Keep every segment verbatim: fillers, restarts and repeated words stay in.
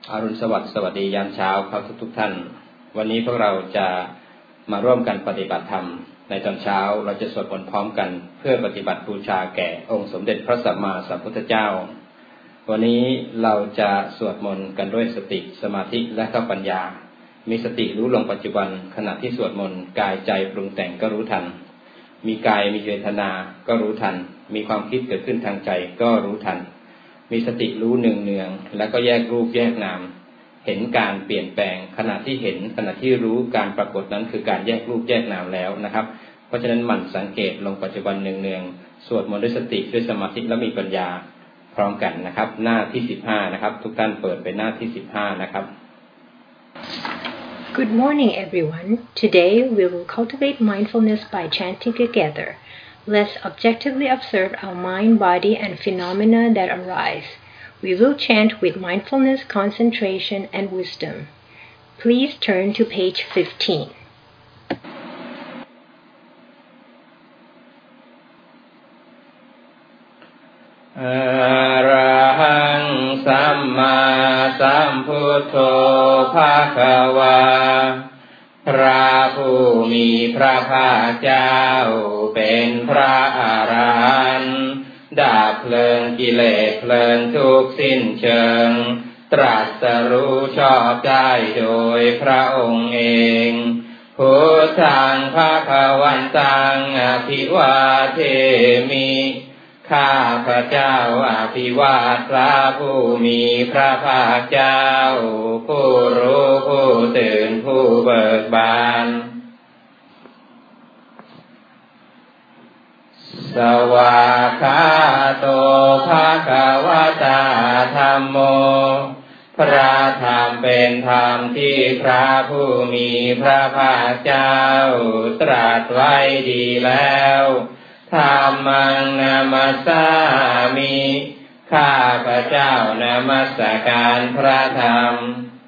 อรุณสวัสดิ์สวัสดียามเช้าครับทุกทุกท่านวันนี้พวกเราจะมาร่วมกันปฏิบัติธรรมในตอนเช้าเราจะสวดมนต์พร้อมกันเพื่อปฏิบัติบูชาแก่องค์สมเด็จพระสัมมาสัมพุทธเจ้าวันนี้เราจะสวดมนต์กันด้วยสติสมาธิและก็ปัญญามีสติรู้ลงปัจจุบันขณะที่สวดมนต์กายใจปรุงแต่งก็รู้ทันมีกายมีเวทนาก็รู้ทันมีความคิดเกิดขึ้นทางใจก็รู้ทันมีสติรู้เนืองเนืองแล้วก็แยกรูปแยกนามเห็นการเปลี่ยนแปลงขณะที่เห็นขณะที่รู้การปรากฏนั้นคือการแยกรูปแยกนามแล้วนะครับเพราะฉะนั้นหมั่นสังเกตลงปัจจุบันเนืองเนืองสวดมนต์ด้วยสติด้วยสมาธิและมีปัญญาพร้อมกันนะครับหน้าที่สิบห้านะครับทุกท่านเปิดไปหน้าที่สิบห้านะครับ Good morning everyone. Today we will cultivate mindfulness by chanting together. Let's objectively observe our mind, body, and phenomena that arise. We will chant with mindfulness, concentration, and wisdom. Please turn to page fifteen. อะระหังสัมมาสัมพุทโธภะคะวาพระผู้มีพระภาคเจ้าเป็นพระอรหันต์ดับเพลิงกิเลสเพลิงทุกข์สิ้นเชิงตรัสรู้ชอบได้โดยพระองค์เองพุทธังภคะวันตังอภิวาเทมิข้าพระเจ้าอภิวาทพระผู้มีพระภาคเจ้าผู้รู้ผู้ตื่นผู้เบิกบานสวากขาโตภควตาธัมโมพระธรรมเป็นธรรมที่พระผู้มีพระภาคเจ้าตรัสไว้ดีแล้วธัมมังนามัสสามิข้าพระเจ้านมัสการพระธรรม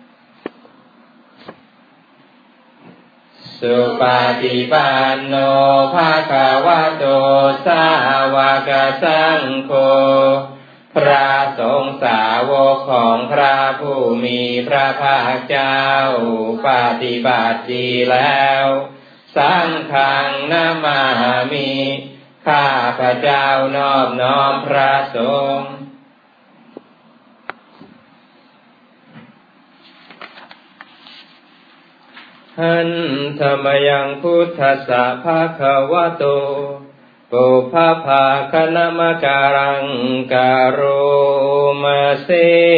สุปฏิปันโนภควโตสาวกสังโฆพระสงฆ์สาวกของพระผู้มีพระภาคเจ้าปฏิบัติดีแล้วสังฆังนามามิข้าพระเจ้านอบน้อมพระสงฆ์หันธรรมยังพุทธัสสะภะคะวะโตปุพพภาคะนะมะการังกะโรมะเส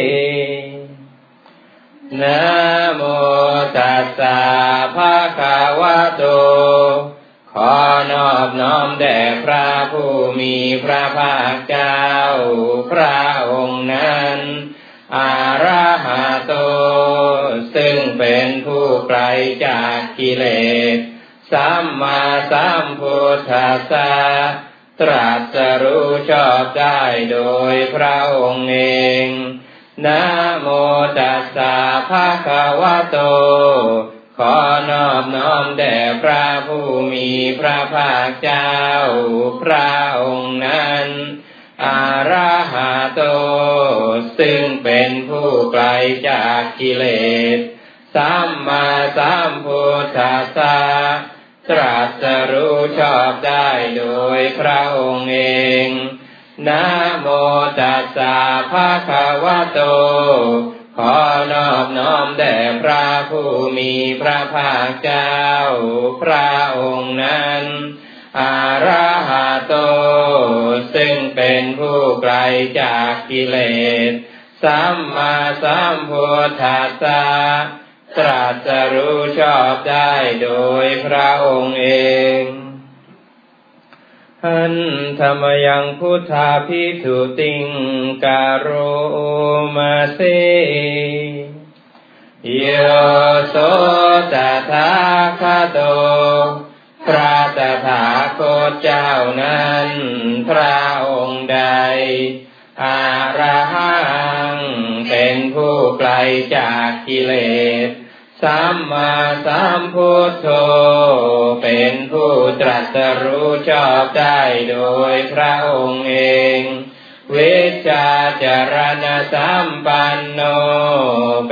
นะโมตัสสะภะคะวะโตขอนอบน้อมแด่พระผู้มีพระภาคเจ้าพระองค์นั้นอะระหะโตซึ่งเป็นผู้ไกลจากกิเลสสัมมาสัมพุทธัสสะตรัสรู้ชอบได้โดยพระองค์เองนะโมตัสสะภะคะวะโตขอนอบน้อมแด่พระผู้มีพระภาคเจ้าพระองค์นั้นอะระหะโตซึ่งเป็นผู้ไกลจากกิเลสสัมมาสัมพุทธัสสะตรัสรู้ชอบได้โดยพระองค์เองนะโมตัสสะภะคะวะโตขอนอบน้อมแด่พระผู้มีพระภาคเจ้าพระองค์นั้นอะระหะโตซึ่งเป็นผู้ไกลจากกิเลสสัมมาสัมพุทธัสสะตรัสรู้ชอบได้โดยพระองค์เองหันธรรมยังพุทธาภิกขุติงกะโรมะเสโยโสตถาคโตพระตถาคตเจ้านั้นพระองค์ใดอะระหังเป็นผู้ไกลจากกิเลสสัมมาสัมพุทโธเป็นผู้ตรัสรู้ชอบได้โดยพระองค์เองวิชชาจารณสัมปันโนเป็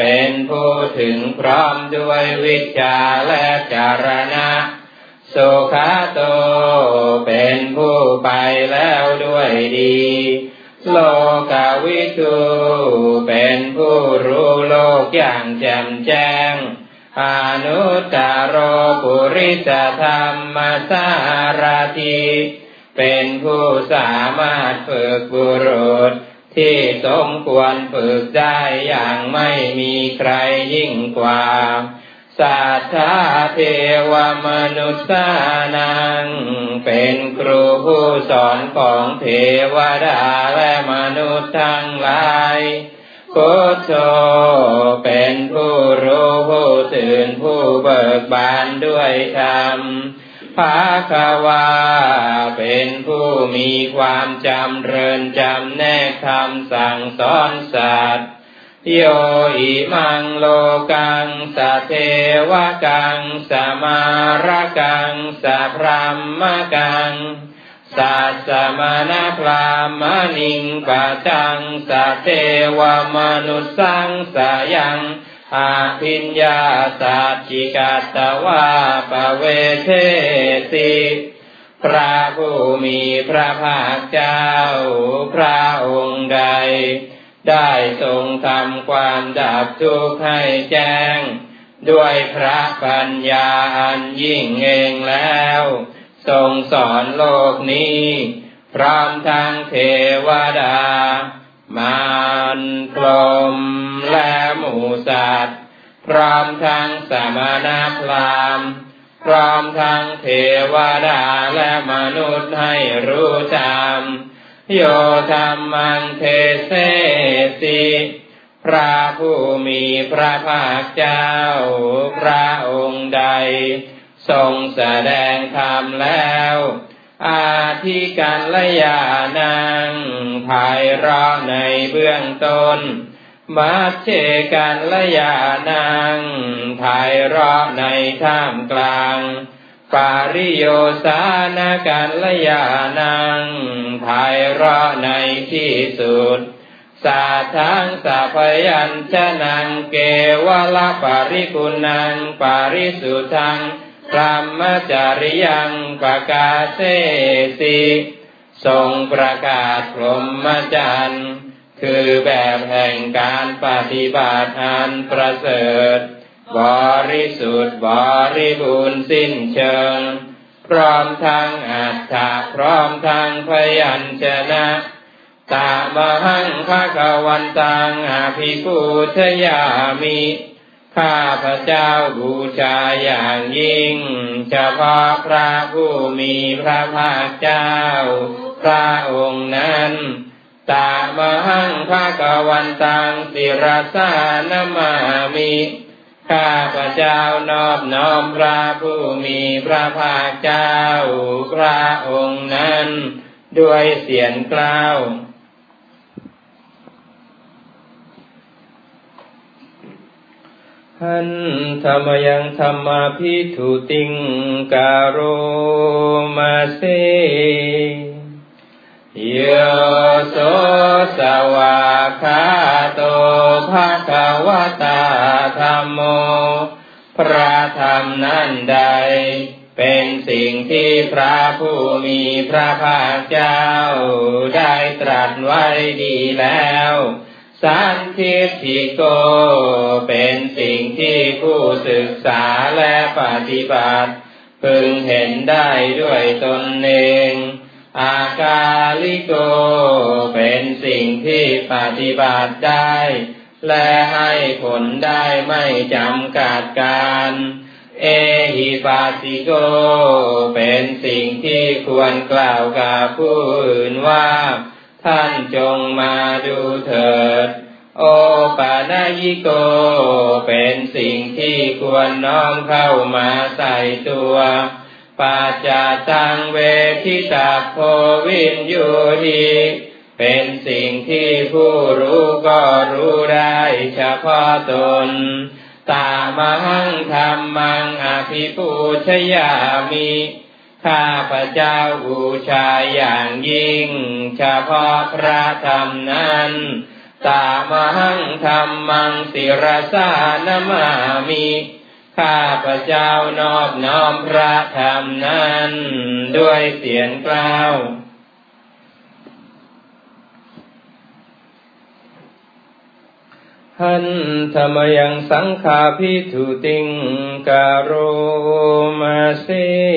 เป็นผู้ถึงพร้อมด้วยวิชชาและจารณะสุขโตเป็นผู้ไปแล้วด้วยดีโลกวิทูเป็นผู้รู้โลกอย่างแจ่มแจ้งอนุตตโรปุริสธรรมสารถิเป็นผู้สามารถฝึกบุรุษที่สมควรฝึกได้อย่างไม่มีใครยิ่งกว่าสัทธาเทวมนุษย์นังเป็นครูผู้สอนของเทวดาและมนุษย์ทั้งหลายพุทโธเป็นผู้รู้ผู้ตื่นผู้เบิกบานด้วยธรรมภควาเป็นผู้มีความจำเริญจำแนกคำสั่งสอนสัตว์โยอิมังโลกังสเทวกังสมารกังสพรหมกังสัสสมณพราหมณิงปัจจังสเทวมนุสสังสยังอาภิญญาสัจจิกัตตวาปเวเทติพระผู้มีพระภาคเจ้าพระองค์ใดได้ทรงทำความดับทุกข์ให้แจ้งด้วยพระปัญญาอันยิ่งเองแล้วทรงสอนโลกนี้พร้อมทั้งเทวดามารพรหมและหมู่สัตว์พร้อมทั้งสมณพราหมณ์พร้อมทั้งเทวดาและมนุษย์ให้รู้ธรรมโยธัมมังเทเสสิพระผู้มีพระภาคเจ้าพระองค์ใดทรงแสดงธรรมแล้วอาทิกัลยาณังไพเราะในเบื้องต้นมัชฌิกัลยาณังไพเราะในท่ามกลางปาริโยสานกัลยาณังไพเราะในที่สุดสาทังสัพยัญชนะเกวลปาริกุณังปาริสุทธังพรหมจริยังปกาเสสิทรงประกาศพรหมจรรย์คือแบบแห่งการปฏิบัติอันประเสริฐบริสุทธิ์บริบูรณ์สิ้นเชิงพร้อมทั้งอัตถะพร้อมทั้งพยัญชนะตามหังภควันตังอภิปูชยามิข้าพเจ้าบูชาอย่างยิ่งเฉพาะพระผู้มีพระภาคเจ้าพระองค์นั้นตามหังภควันตังศิรสานมามิข้าพเจ้านอบน้อมพระผู้มีพระภาคเจ้าพระองค์นั้นด้วยเสียงกล้าวหันธรรมยังธรรมาภิทุติงกาโรมาเสโยโสสวากขาโตภควตาธัมโมพระธรรมนั้นใดเป็นสิ่งที่พระผู้มีพระภาคเจ้าได้ตรัสไว้ดีแล้วสันทิฏฐิโกเป็นสิ่งที่ผู้ศึกษาและปฏิบัติพึงเห็นได้ด้วยตนเองอากาลิโกเป็นสิ่งที่ปฏิบัติได้และให้ผลได้ไม่จำกัดการเอหิปัสสิโกเป็นสิ่งที่ควรกล่าวกับผู้อื่นว่าท่านจงมาดูเถิดโอปานายิโกเป็นสิ่งที่ควรน้อมเข้ามาใส่ตัวปัจจตังเวทิตาโพวินยูหิเป็นสิ่งที่ผู้รู้ก็รู้ได้เฉพาะตนตามหังธรรมังอภิปูชยามิข้าพเจ้าบูชาอย่างยิ่งเฉพาะพระธรรมนั้นตามหังธัมมังศิรสานามามิข้าพเจ้านอบน้อมพระธรรมนั้นด้วยเสียงกล่าวหันธรรมยังสังฆาภิทุติงกโรมาเส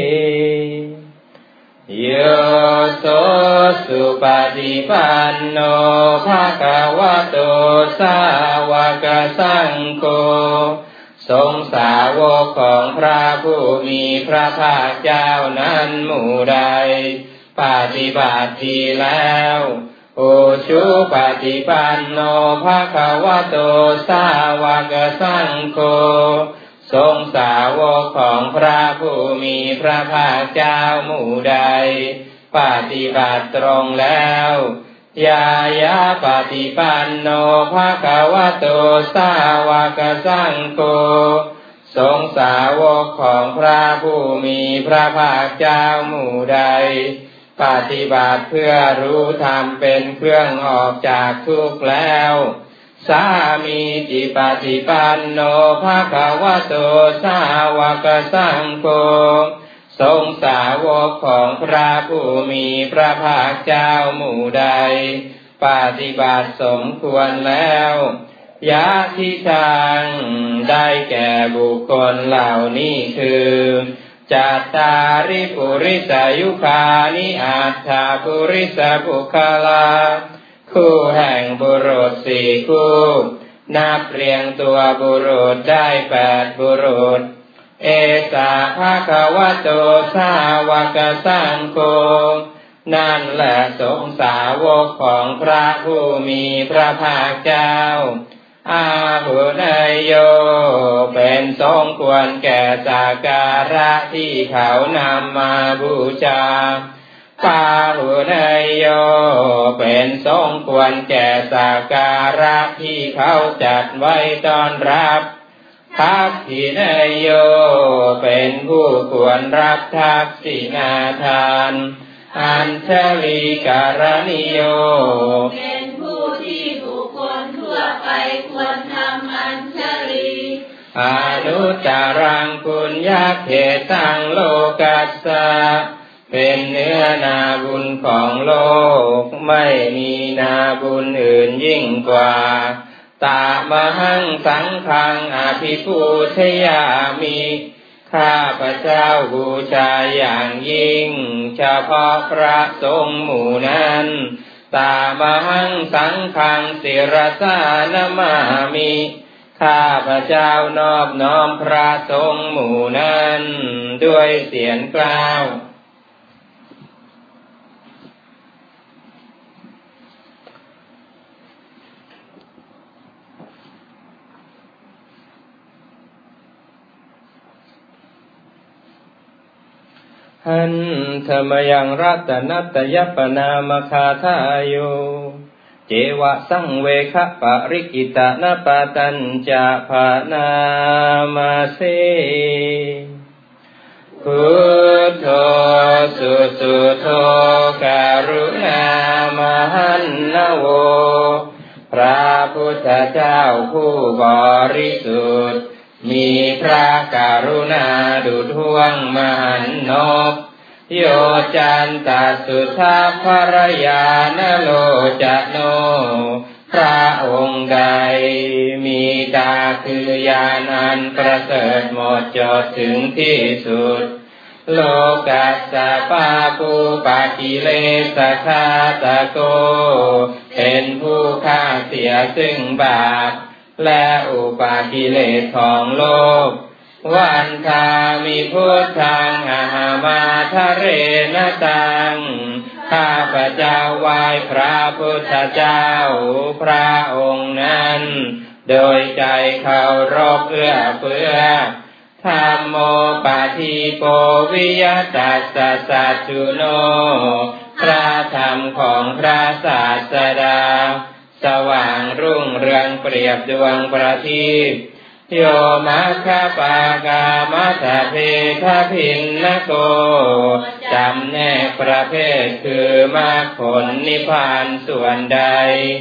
โยโสสุปฏิปันโนภะคะวะโตสาวกสังโฆทรงสาวกของพระผู้มีพระภาคเจ้านั้นหมู่ใดปฏิบัติดีแล้วอุชุปฏิปันโนภะคะวะโตสาวกสังโฆทรงสาวกของพระผู้มีพระภาคเจ้าหมู่ใดปฏิบัติตรงแล้วยายาปฏิปันโนภะคะวะโตสาวกสังโฆทรงสาวกของพระผู้มีพระภาคเจ้าหมู่ใดปฏิบัติเพื่อรู้ธรรมเป็นเครื่องออกจากทุกข์แล้วสามีจิปฏิปันโนภะคะวะโตสาวกสังโฆทรงสาวกของพระผู้มีพระภาคเจ้าหมู่ใดปฏิบัติสมควรแล้วยะทิทางได้แก่บุคคลเหล่านี้คือจัตตาริปุริสยุคานิอัตถปุริสบุคลาคู่แห่งบุรุษสี่คู่นับเรียงตัวบุรุษได้แปดบุรุษเอสาภะคะวะโตสาวกสังโฆนั่นแหละสงฆ์สาวกของพระผู้มีพระภาคเจ้าอาหุเนยโยเป็นสมควรแก่สักการะที่เขานำมาบูชาปาหุเนยโยเป็นสมควรแก่สักการะที่เขาจัดไว้ต้อนรับทักษิณโยเป็นผู้ควรรับทักษิณาทานอัญชลีการณิโยเป็นผู้ที่บุคคลทั่วไปควรทำอัญชลีอนุตตรังปุญญเขตังโลกัสสะเป็นเนื้อนาบุญของโลกไม่มีนาบุญอื่นยิ่งกว่าตามหังสังฆังอภิปูชยามิข้าพเจ้าบูชาอย่างยิ่งเฉพาะพระสงฆ์หมู่นั้นตามหังสังฆังศิรสานามามิข้าพเจ้านอบน้อมพระสงฆ์หมู่นั้นด้วยเสียงกล่าวหันธรรมยังรัตนัตยัปปนามคาทายโยเจวะสังเวคะปริกิตะนะปะตัญจะภานามาเสพุทโธสุสุโธการุณามหันนะโวพระพุทธเจ้าผู้บริสุทธิ์มีพระกรุณาดุจห้วงมหันนบโยจันตสุทัพพรยานโลจโนพระองค์ใดมีตาคือญาณอันประเสริฐหมดจดถึงที่สุดโลกัสสะปาปูปากิเลสคาตโกเป็นผู้ฆ่าเสียซึ่งบาปและอุปากิเลสของโลกวันทามิพุทธังอาหามาทะเรนตังข้าพเจ้าไหว้พระพุทธเจ้าพระองค์นั้นโดยใจเคารพเอื้อเฟื้อธัมโมปาทิโกวิยตัสสะสัจจุโนพระธรรมของพระศาสดาสว่างรุ่งเรืองเปรียบดวงประทีปโยมัคคปากามัสสะเพทพินนโกจำแนกประเภทคือมรรคผลนิพพานส่วนใด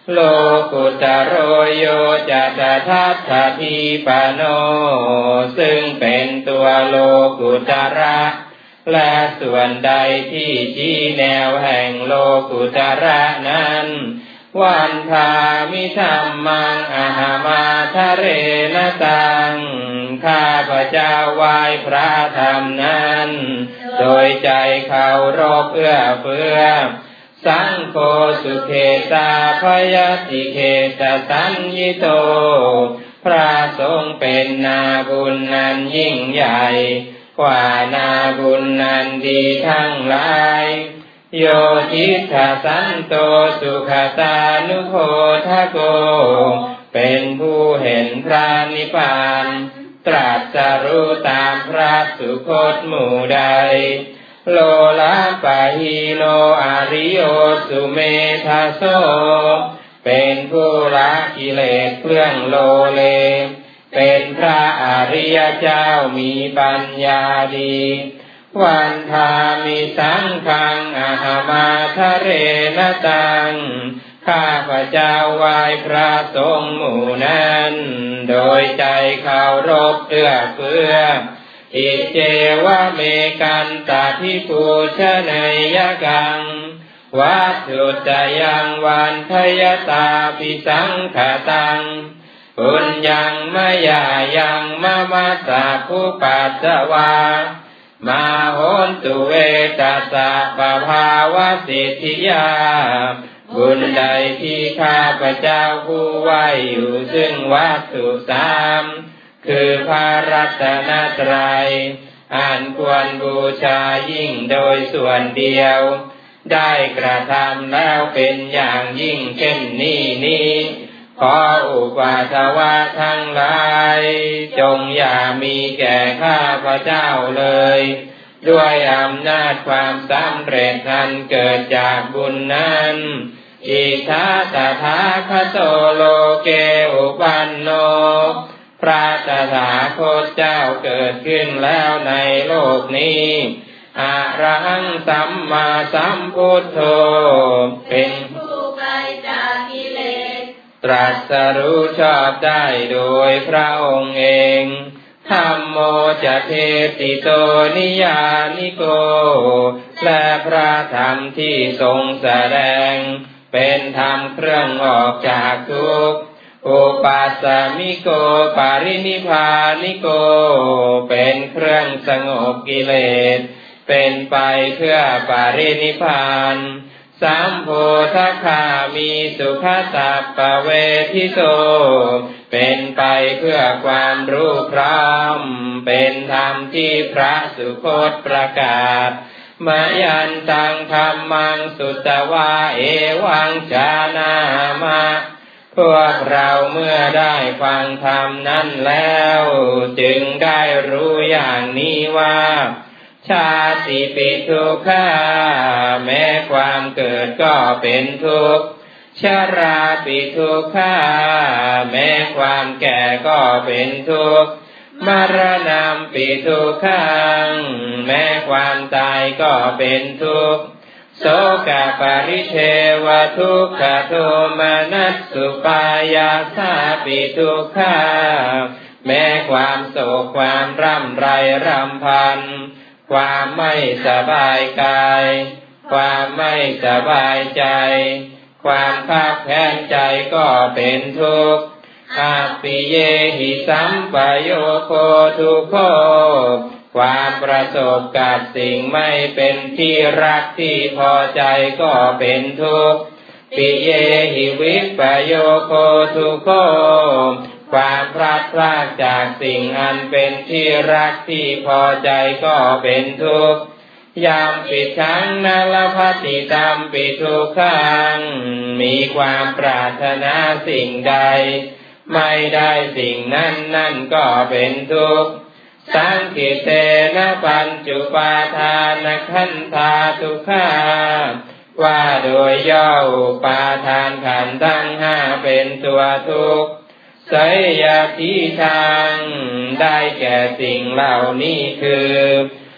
โลกุตโรโยจะตทัฏฐทิปโนซึ่งเป็นตัวโลกุตระและส่วนใดที่ชี้แนวแห่งโลกุตระนั้นวันทามิธัมมังอหามาทะเรนตังข้าพเจ้าไหว้พระธรรมนั้นโดยใจเคารพเอื้อเฟื้อสังโฆสุเขตาพยติเขตสัญญิโตพระสงฆ์เป็นนาบุญนั้นยิ่งใหญ่กว่านาบุญนั้นดีทั้งหลายโยทิฏฐสันโตสุขตานุโภทโกเป็นผู้เห็นพระนิพพานตรัสรู้ตามพระสุคตหมู่ใดโลลาปะหิโนอริโยสุเมธาโสเป็นผู้ละกิเลสเครื่องโลเลเป็นพระอริยเจ้ามีปัญญาดีวันทามิสังฆังอหามาทะเรนตังข้าพเจ้าไหว้พระสงฆ์หมู่นั้นโดยใจเคารพเอื้อเฟื้ออิเจวะเมกันตาทิปูชเนยกังวัตถุจยังวันทยตาปิสังขตังปุญญังมยายังมะมัสสะภูปัสสวามาโหนตุเวตัสสะปะภาวะสิทธิยาบุญใดที่ข้าพเจ้าผู้ไหวอยู่ซึ่งวัตถุสามคือพระรัตนตรัยอันควรบูชายิ่งโดยส่วนเดียวได้กระทำแล้วเป็นอย่างยิ่งเช่นนี้นี้ขออุปาทวะทั้งหลายจงอย่ามีแก่ข้าพเจ้าเลยด้วยอำนาจความสำเร็จนั้นเกิดจากบุญนั้นอิทัตถาคโตโลเกอุปันโนพระตถาคตเจ้าเกิดขึ้นแล้วในโลกนี้อะระหังสัมมาสัมพุทโธเป็นผู้ไกลจากกิเลสตรัสรู้ชอบได้โดยพระองค์เองธัมโมจะเทติโตนิยานิโกและพระธรรมที่ทรงแสดงเป็นธรรมเครื่องออกจากทุกข์อุปัสสมิโกปารินิพพานิโกเป็นเครื่องสงบกิเลสเป็นไปเพื่อปารินิพพานสัมโพธคามีสุขสัพพเวทิโตเป็นไปเพื่อความรู้พร้อมเป็นธรรมที่พระสุคตประกาศมายันตังธัมมังสุตวาเอวังชานามาพวกเราเมื่อได้ฟังธรรมนั้นแล้วจึงได้รู้อย่างนี้ว่าชาติปิทุกขาแม้ความเกิดก็เป็นทุกข์ชราปิทุกขาแม้ความแก่ก็เป็นทุกข์มรณะปิทุกขังแม้ความตายก็เป็นทุกข์โสกปริเทวทุกขโทมนัสสุปายาสาปิทุกขาแม้ความโศกความร่ำไรรำพันความไม่สบายกายความไม่สบายใจความคับแค้นใจก็เป็นทุกข์อาปิเยหิสัมปโยโคทุกโขความประสบกับสิ่งไม่เป็นที่รักที่พอใจก็เป็นทุกข์ปิเยหิวิปโยโคทุกโขความพลัดพรากจากสิ่งอันเป็นที่รักที่พอใจก็เป็นทุกข์ยามปิทังนาลภติตามปิทุกขังมีความปรารถนาสิ่งใดไม่ได้สิ่งนั้นนั่นก็เป็นทุกข์สังคิเตนะปัญจุปาทานขันธาทุกขาว่าโดยย่ออุปาทานขันธ์ทั้งห้าเป็นตัวทุกข์ไสยทิทางได้แก่สิ่งเหล่านี้คือ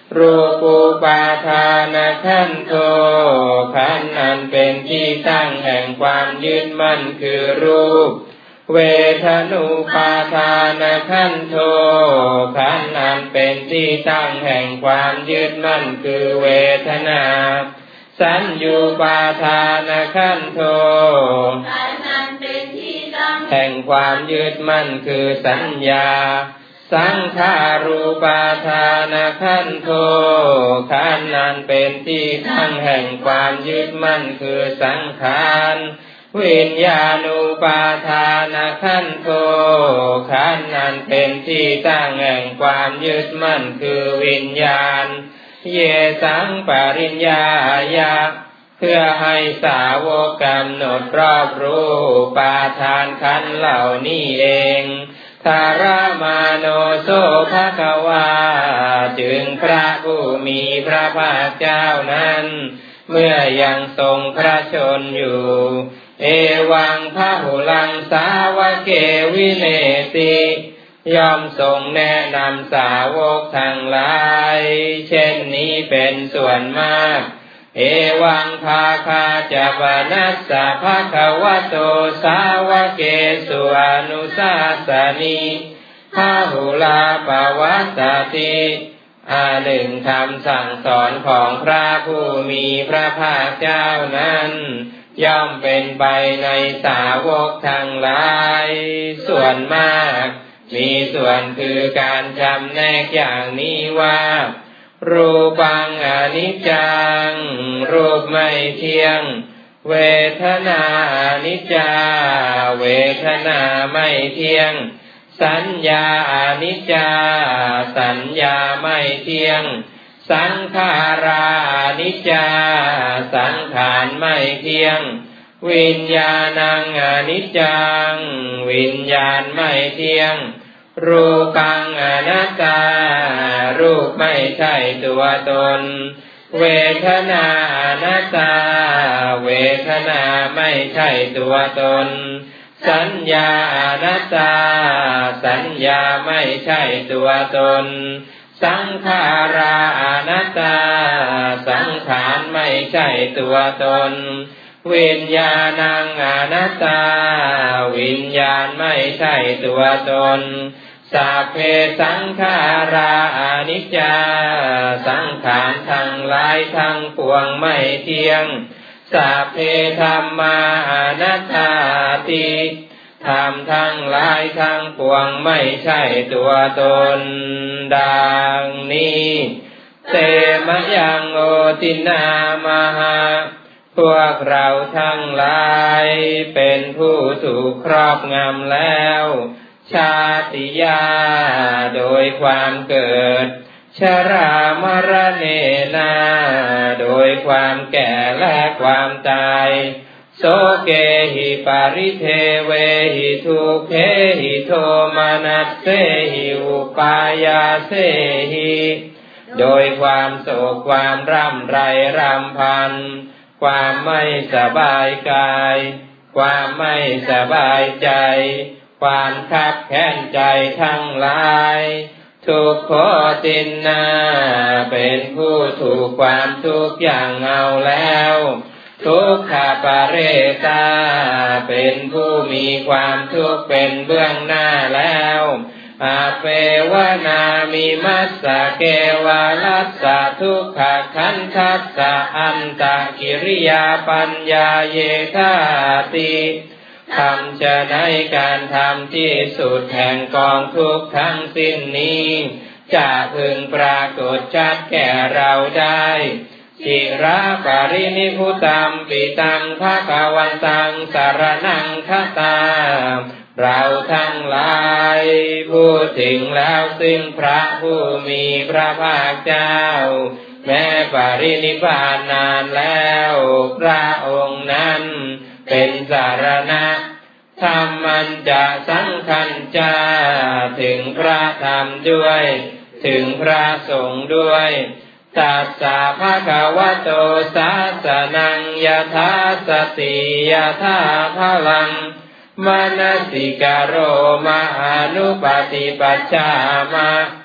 รูปูปาทานขันโธขันธ์อันเป็นที่ตั้งแห่งความยึดมั่นคือรูปเวทนุปาทานขันโธขันธ์อันเป็นที่ตั้งแห่งความยึดมั่นคือเวทนาสัญญูปาทานขันโธขันธ์อันเป็นที่ตั้งแห่งความยึดมั่นคือสัญญาสังขารูปาทานขันโธขันธ์อันเป็นที่ตั้งแห่งความยึดมั่นคือสังขารวิญญาณูปาทานขันโธขันธ์อันเป็นที่ตั้งแห่งความยึดมั่นคือวิญญาณเยสังปริญญายะเพื่อให้สาวกกำหนดรอบรู้ปาทานขันธ์เหล่านี้เองธารมาโนโสภควาจึงพระผู้มีพระภาคเจ้านั้นเมื่อยังทรงพระชนอยู่เอวังพหุลังสาวเกวิเนติย่อมทรงแนะนำสาวกทั้งหลายเช่นนี้เป็นส่วนมากเอวังภาคาจะปนัสสะภควโตสาวเกสุอนุสาสนีพหุลาปวัตติอาหนึ่งคำสั่งสอนของพระผู้มีพระภาคเจ้านั้นย่อมเป็นไปในสาวกทั้งหลายส่วนมากมีส่วนคือการจำแนกอย่างนี้ว่ารูปังอนิจจังรูปไม่เที่ยงเวทนาอนิจจาเวทนาไม่เที่ยงสัญญาอนิจจาสัญญาไม่เที่ยงสังขาราอนิจจาสังขารไม่เที่ยงวิญญาณังอนิจจังวิญญาณไม่เที่ยงรูปังอนัตตารูปไม่ใช่ตัวตนเวทนาอนัตตาเวทนาไม่ใช่ตัวตนสัญญาอนัตตาสัญญาไม่ใช่ตัวตนสังขาราอนัตตาสังขารไม่ใช่ตัวตนวิญญาณังอนัตตาวิญญาณไม่ใช่ตัวตนสัพเพสังขาราอนิจจาสังขารทั้งหลายทั้งปวงไม่เที่ยงสัพเพธัมมาอนัตตาติธรรมทั้งหลายทั้งปวงไม่ใช่ตัวตนดังนี้เตมะยังโอตินามหาพวกเราทั้งหลายเป็นผู้ถูกครอบงำแล้วชาติยาโดยความเกิดชรามรณะนาโดยความแก่และความตายโสเกหิปาริเทเวหิทุกเขหิโทมานัสเสหิอุปายาเสหิโดยความโศกความร่ำไรรำพันความไม่สบายกายความไม่สบายใจความคับแค้นใจทั้งหลายทุกขตินนาเป็นผู้ถูกความทุกข์อย่างเอาแล้วทุกขปาเรตาเป็นผู้มีความทุกข์เป็นเบื้องหน้าแล้วอาเปวนามิมัสสะเกวาลัสสะทุกขขันธัสสะอันตกิริยาปัญญาเยธาติทำจะในการทำที่สุดแห่งกองทุกข์ทั้งสิ้นนี้จะพึงปรากฏชัดแก่เราได้จิราปรินิพุตัมปิตังภควันตังสารนังคตาเราทั้งหลายพูดถึงแล้วซึ่งพระผู้มีพระภาคเจ้าแม้ปรินิพพานนานแล้วพระองค์นั้นเป็นสารณะธรรมมันจะสังคัญจาถึงพระธรรมด้วยถึงพระสงฆ์ด้วยตัสสะภะคะวะโตสาสนังยถาสติยถาพลังมนสิกโรมหานุปฏิปัชฌามะ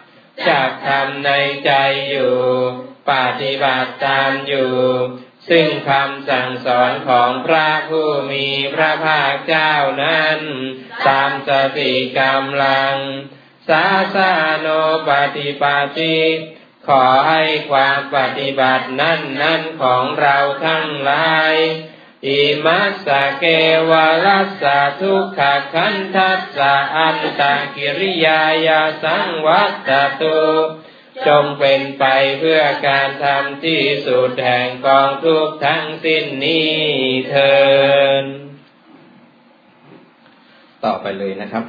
จักทำในใจอยู่ปฏิบัติตามอยู่ซึ่งคำสั่งสอนของพระผู้มีพระภาคเจ้านั้นตามสติกำลังสาสาโนปฏิปาติขอให้ความปฏิบัตินั้นนั้นของเราทั้งหลายอิมัสสะเกวลัสสะทุกขขันธัสสะอันตกิริยายาสังวัตตุจงเป็นไปเพื่อการทำที่สุดแห่งกองทุกข์ทั้งสิ้นนี้เถิดต่อไปเลยนะครับ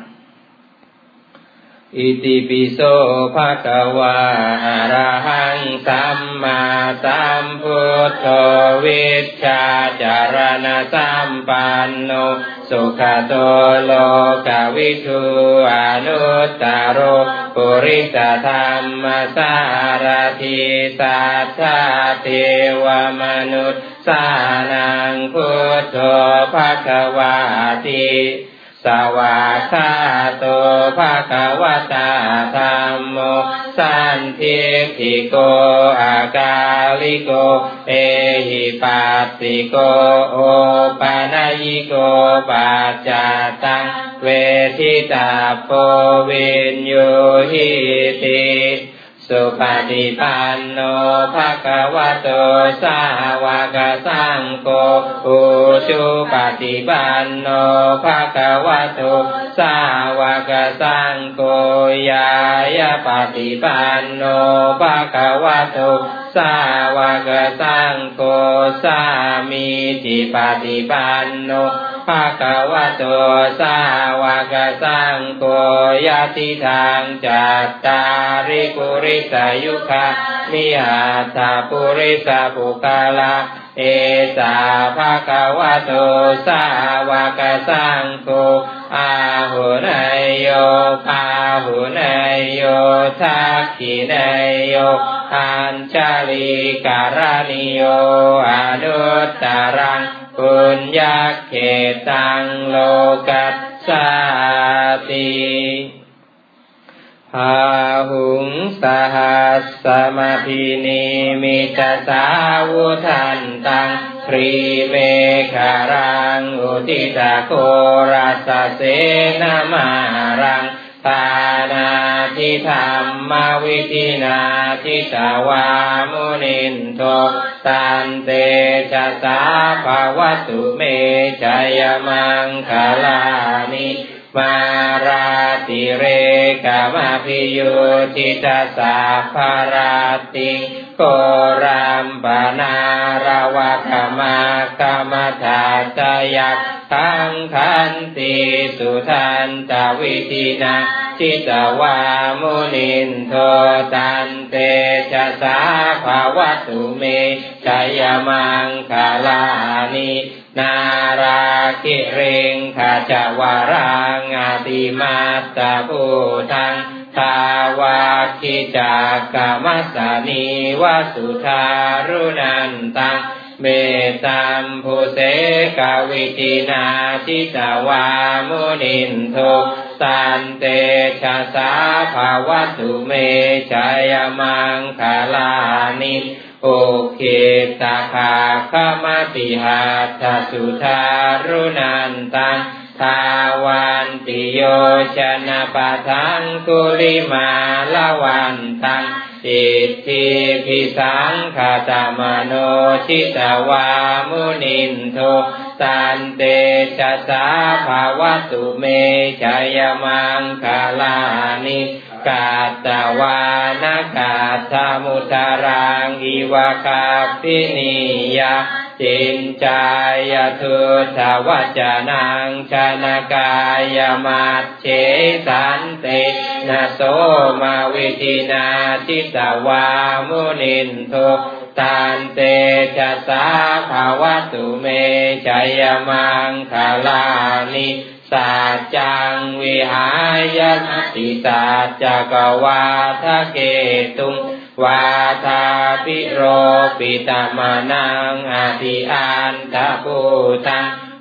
อิติปิโสภะคะวะอะระหังสัมมาสัมพุทโธวิชชาจารณะสัมปันโนสุขโตโลกวิทูอนุตตโรปุริสธรรมสารถิสัทธาเทวมนุษย์สานังพุทโธภะคะวะติสวากขาโตภะคะวะตาธัมโมสันทิฏฐิโกอากาลิโกเอหิปัสสิโกโอปานายิโกปัจจตังเวทิตาโพวินโยหิติสุปฏิปันโนภะคะวะโตสาวกสังโฆอุชุปฏิปันโนภะคะวะโตสาวกสังโฆยายะปฏิปันโนภะคะวะโตสาวกสังโฆสามีจิปฏิปันโนภะคะวะโตสาวกสังโฆยะติทางจัตตาริปุริสยุคานิหัตถปุริสปุคละเอสาภะคะวะโตสาวกสังโฆอาหุเนยโยปาหุเนยโยทักขิเนยโยอัญชลีการณิโยอนุตตรังปุญญเขตังโลกัสสติพาหุงสหัสสมพินิมิตสาวุทันตังพรีเมฆารังอุทิตาโครัสเสนามารังทานาทิธรรมวิธินาทิตวามุนินโทตันเตชะสาภวตุเมชัยมังคลานิมาราติเรกามพิยุทิตาสาภราติโกรัมปนารวะกมากมถาตยักขังขันติสุทันตวิธินาทิตวามุนินโทตันเตชะสาภวตุเมชัยมังคลานินาราคิเรงขจวารังอาติมาตตาภูทังทาวาคิจากกมัสสานิวสุทารุนันตังเมตัมภูเสกวิธินาทิตวามุนินโทตันเตชะสาภวตุเมชัยมังคลานิโอเคตาคาคมติหัตถสุทารุนันตังทาวันติโยชนะปะทังกุลิมาลวันตังอิทธิภิสังขตมโนชิตวามุนินโทตันเตชะสาภวตุเมชัยมังคลานิกาตวานากาธมุตารังอิวะคาปินิยาจินจายทุตวัจนังชนกายมัจเฉสันตินะโสมาวิธินาทิตวามุนินโทตันเตชะสาภวตุเมชัยมังคลานิสัจจังวิหายนัตติสัจจกวาทะเกตุงวาทาปิโรปิตมานังอธิอันตภูตัง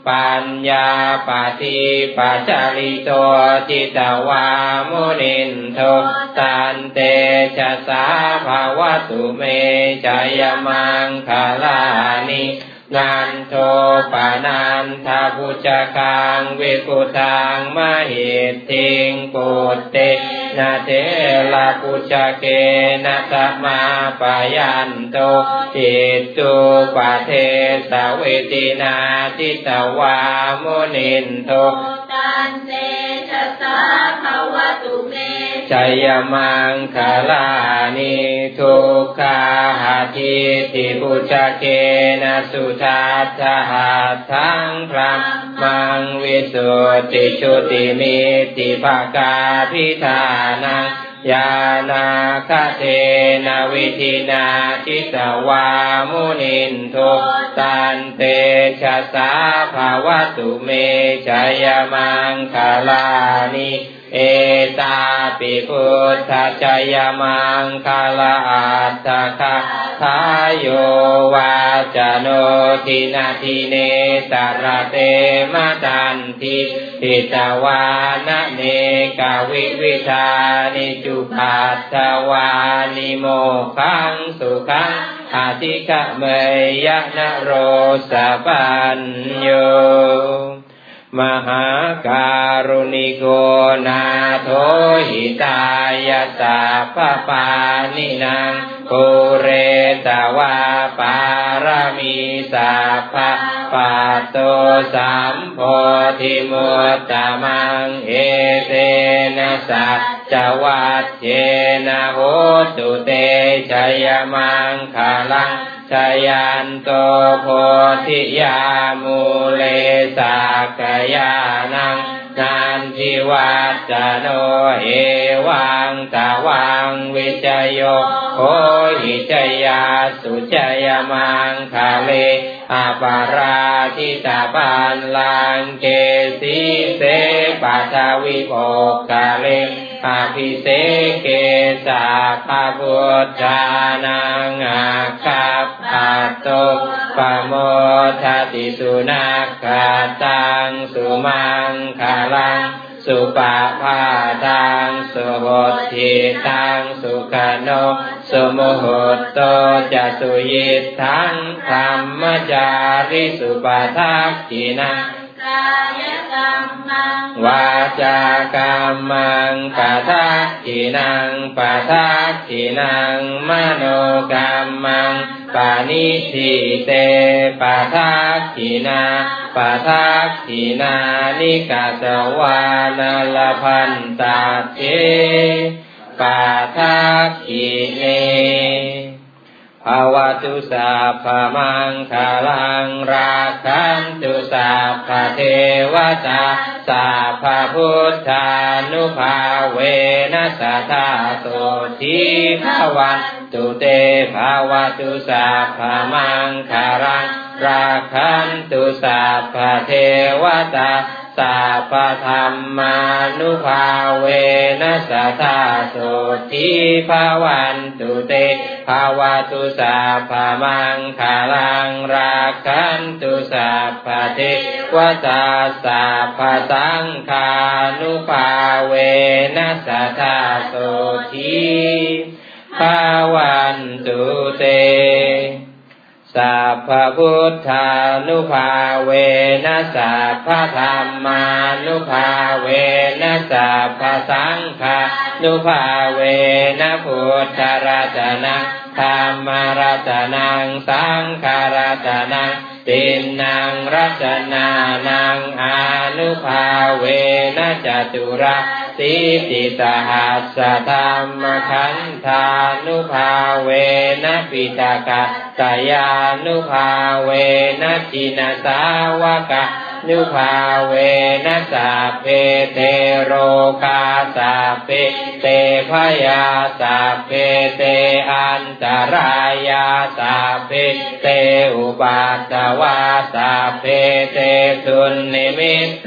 ปัญญาปฏิปัจจาริโตจิตวามุนินโทตันเตชะสาภาวตุเมจายมังคลานินันโทปานันทาพุจคังวิกุตังมหิตถิงปุตเตนะเทละพุจเกนะตมาปยันโตอิตุปะเทสเวตินาจิตวามุนินโทตันเตชะสาภาวตุเมชัยมังคลานิทุกขาหาทิติปุจเกนะสุทัสสะทังพระมังวิสุทธิชุติมิติภากาภิธานังญาณาคเทนะวิธินาจิตวามุนินโทตันเตชะสาภาวตุเมชัยมังคลานิเอตาปิพุทธจยมังคลาอัตถคาทายโยวาจโนทินาทิเนตระเตมะตันติทิตวานะเนกวิวิธานิจุปัตถวานิโมขังสุขังอาทิกะเมยะนะโรสะปัญโยมหาการุณิโกนาโถหิตายะสัพพปานินางปุเรตวาปารมีสัพพปัตโตสัมโพธิมุตตมังเอเตนะสัจจวัตเจนะโหตุเตชัยมังคลังชยันโตโพธิยามูเลสากยานังนันทิวัจโนเอวังตาวังวิจโยโหหิจยาสุจยมังคาเลอาปาราทิตาปันลังเกสีเสปัทวิโภคาเลอาภิเสเกสาภาพุทธานังอาคัปปัตโตปโมทติสุนักขาตังสุมังคลังสุปาภาตังสุโหติตังสุขโนสุโมโหโตจะสุยิทังธรรมจาริสุปาทักขินังกายกรรมังวาจากรรมังปะทักขินังปะทักขินังมโนกรรมังปานิทิเตปะทักขินาปะทักขินานิกาสวานาลพันตาเทปะทักขิเนภาวตุสัพพมังคลังราคันตุสัพพเทวตาสัพพพุทธานุภาเวนัสสะทาโสทิภวันตุเตภาวตุสัพพมังคลังราคันตุสัพพเทวตาสัพพธรรมานุภาเวนัสสะทาโสทิภวันตุเตภาวตุสัพพมังคลังราคันตุสัพพเทวตาสัพพสังฆานุภาเวนัสสะทาโสทิภวันตุเตสัพพพุทธานุภาเวนัสสัพพธรรมานุภาเวนัสสัพพสังฆานุภาเวนะพุทธรัตนังธัมมรัตนังสังฆรัตนังตินนังรัตนานังอนุภาเวนะจตุระสิติสหัสสธรรมขันธานุภาเวนะปิตกะตยานุภาเวนะจินสาวกะนุภาเวนัสสะเพเตโรกาสัพเพเตพยาสัพเพเตอันตรายาสัพเพเตอุปัตตวาสัพเพเตสุนนิมิตตา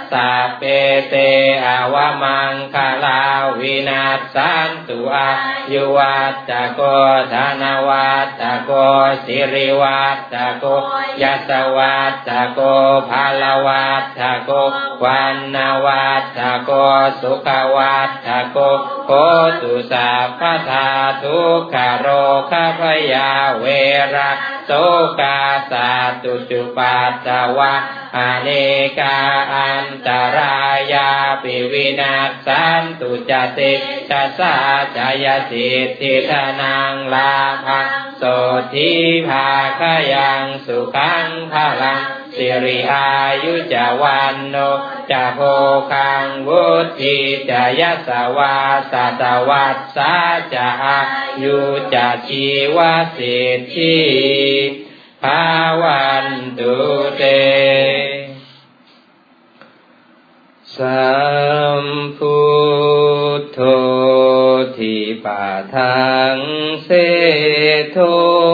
สัพเพเตอวมังคลาวินาศสันตุอายุวัตตโกธนวัตตโกสิริวัตตโกยัสสวัตตโกภาลวัตตโกวันนวัตตโกสุขวัตตโกโหตุสัพพทาทุกขโรคพยาเวระโสกาสาตุจุปัสสวะอเนกาอันตรายาปิวินาศสันตุจติจัสสะจายสิทธิธนังลาภังโสทิภาคยังสุขังพลังสิริอายุจวันโนจะโพคังวุฒิจะยัสสวาสัตวัสสะจะอายุจะชีวสิทธิภาวันตุเตสัมพุทโธทิปาทังเสโธ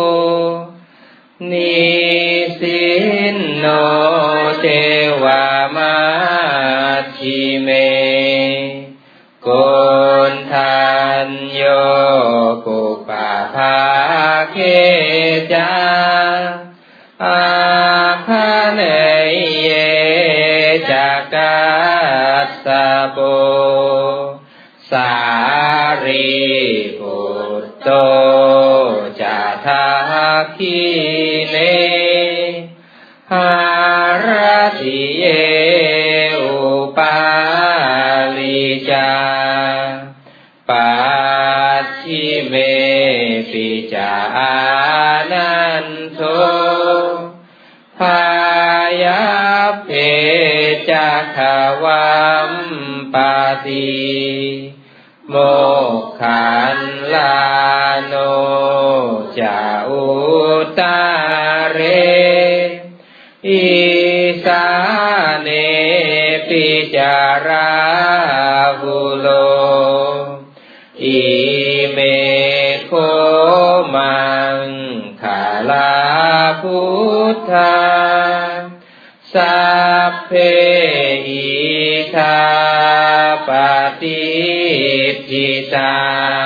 นิสินโนเทวามาทิเมโกณทัญโยปุปปาภาเคจาอาภาเนเยจักกัสสะโปสารีปุตโตจะทาคีเนหารติเยอุปาลิจาปัจฉิเมปิจานันโทพายาเพจักขวัมปาติโมกขันลาโนจะอุตาเรอิสาเนปิจาราหุโลอิเมโคมังคาลาพุทธาสัพเพอิทาปฏิทิตา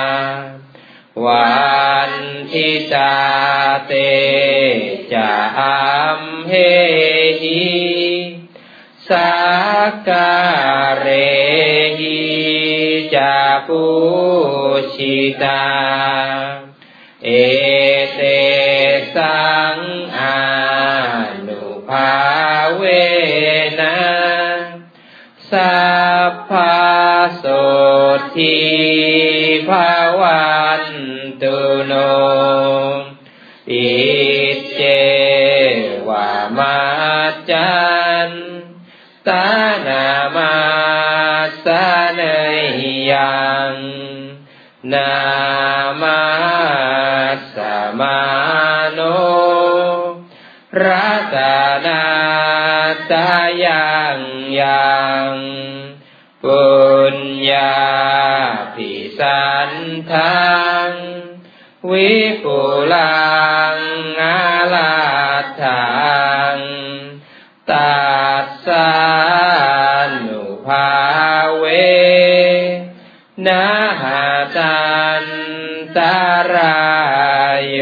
วันทิตาเตจะอัมเหหิสักการเรหิจะปุชิตาเอเตสังอานุภาเวนะสัพพะโสทิภาวันตุโนอิเจวามาจันตานามาสเนยังนามาสมาโนรัตนาตายังยังปุญญาภิสันทังวิปุลังอาลาทังตัสสะนุภาเวนะหะตันตรายโย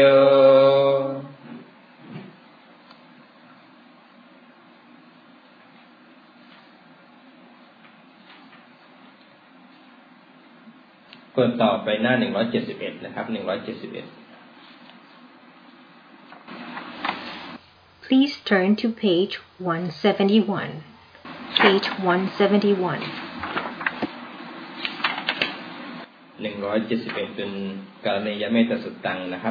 กดต่อไปหน้าหนึ่งร้อยเจ็ดสิบเอ็ดนะครับหนึ่งร้อยเจ็ดสิบเอ็ด Please turn to page one seventy-one. Page one seventy-one. หนึ่งร้อยเจ็ดสิบเอ็ดเป็นกาลเนยเมตสุตตังนะครับ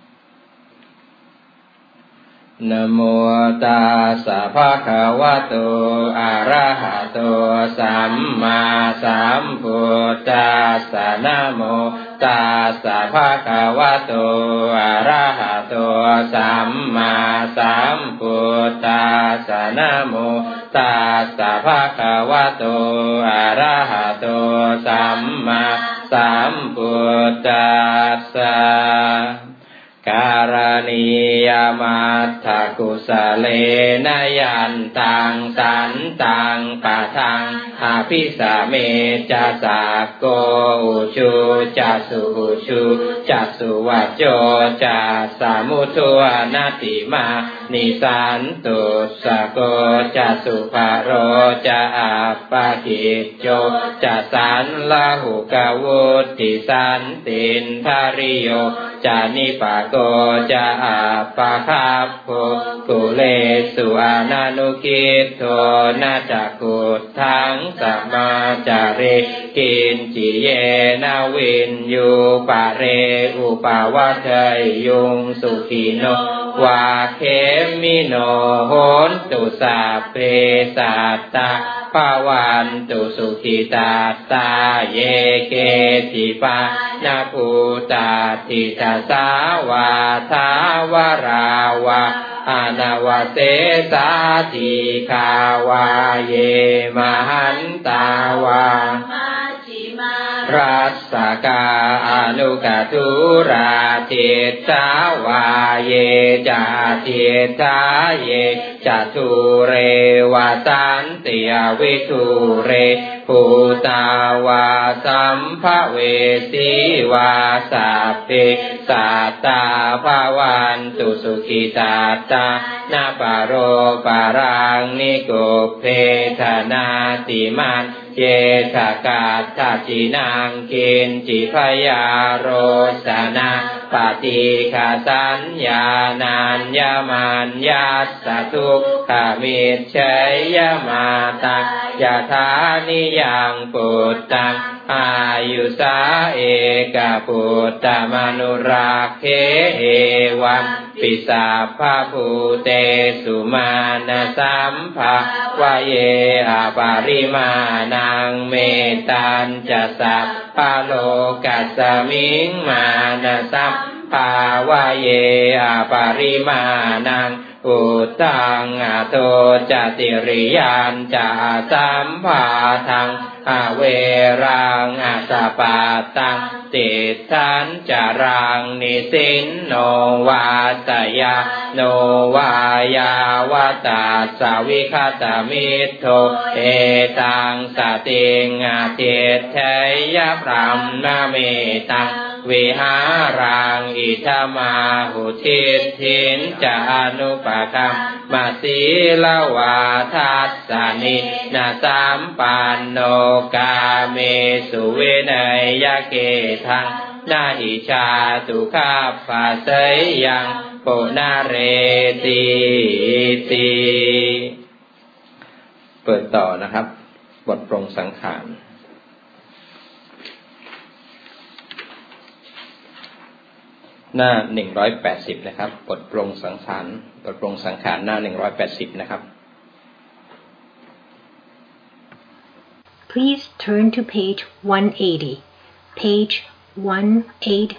นะโมตัสสะภะคะวะโตอะระหะโตสัมมาสัมพุทธัสสะนะโมตัสสะภะคะวะโตอะระหะโตสัมมาสัมพุทธัสสะนะโมตัสสะภะคะวะโตอะระหะโตสัมมาสัมพุทธัสสะกาารณียมัตถกุสเลนยันตังสันตังปะทังอภิสาเมจะสากโกอุชุจัสสุอุชุจัสสุวัจโจจัสสามุทัวนาติมานิสันตุสโกจัสสุภโรจะอัปปะกิจโจจะสันลหุกวุติสันตินทาริโยจานิปะโกจะอัปปะคัพโพกุเลสุอานานุกิตโทนาจักขุทังสัมมาจาริกินจิเยนาวินยูปะเรอุปาวัฏยุงสุขิโนวาเขมิโนโหนตุสัพเพสัตตาภาวันตุสุขิตาตาเยเกติปานาภูตาทิตาสาวาทาวราวาอานาวเสสาธิคาวาเยมหันตาวารัสสกาอนุกทุราทิตาวาเยจาทิตาเยจตุเรวาสันติอวิทุเรภูตาวาสัมภเวสีวาสัพเพสัตตาภาวันตุสุขิตาตานาปโรปารังนิโกเพธนาติมันเจสกาทัจินังกินจิพยาโรสนาปฏิฆาสัญญานัญญมันยัสสะทุกขมิจฉยมาตายะธานิยังปุตตังอายุสาเอกปุตตมนุราเคเอวัมปิสาภาภูเตสุมาณสัมภาวะเยอปาริมานังเมตัญจะสัพพะโลกัสสมิงมาณสัมภาวะเยอปาริมานังอุตังอโตจติริยัญจะสัมภาทังอเวรังอัสสปาตังติทันจารังนิสินโนวาตยาโนวายาวตาสาวิคตมิตโทเอตังสติงอาเทเทยพรัมนาเมตังวิหารังอิทมาหุทิทินจานุปคัมมาสีลวาทัสสานินาสัมปันโนกาเมสุเวนัยยะเกทังนาหิชาตุคาปะเสยยังโปนาเรติติเปิดต่อนะครับบทปรงสังขารหน้าหนึ่งร้อยแปดสิบนะครับบทปรงสังขารบทปรงสังขารหน้าหนึ่งร้อยแปดสิบนะครับ Please turn to page one eighty. Page one eighty.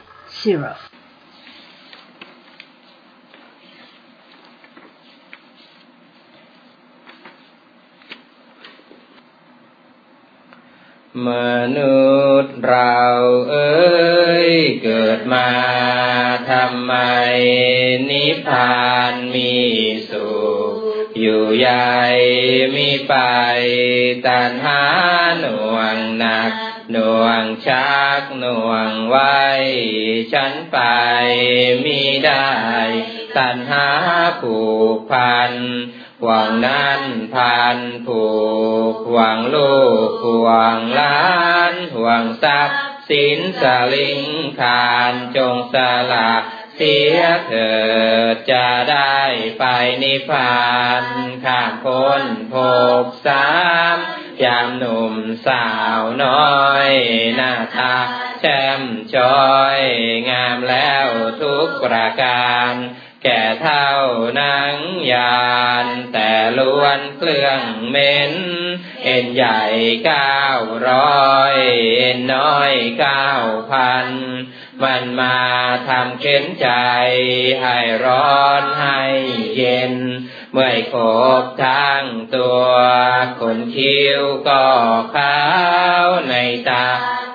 มนุษย์เราเอ้ยเกิดมาทำไมนิพพานมีสุขอยู่ใหญ่มีไปตัณหาหน่วงหนักหน่วงชักหน่วงไว้ฉันไปมิได้ตัณหาผูกพันหวังนั้นพันผูกหวังลูกหวังหลานหวังทรัพย์สินสลิงคานจงสละเสียเถิดจะได้ไปนิพพานข้ามพ้นภพสามยามหนุ่มสาวน้อยหน้าตาแช่มช้อยงามแล้วทุกประการแก่เท่าหนังยานแต่ล้วนเครื่องเหม็นเอ็นใหญ่เก้าร้อยเอ็นน้อยเก้าพันมันมาทำเข็นใจให้ร้อนให้เย็นเมื่อยโขบทั้งตัวขนคิ้วก็ขาวในตาก็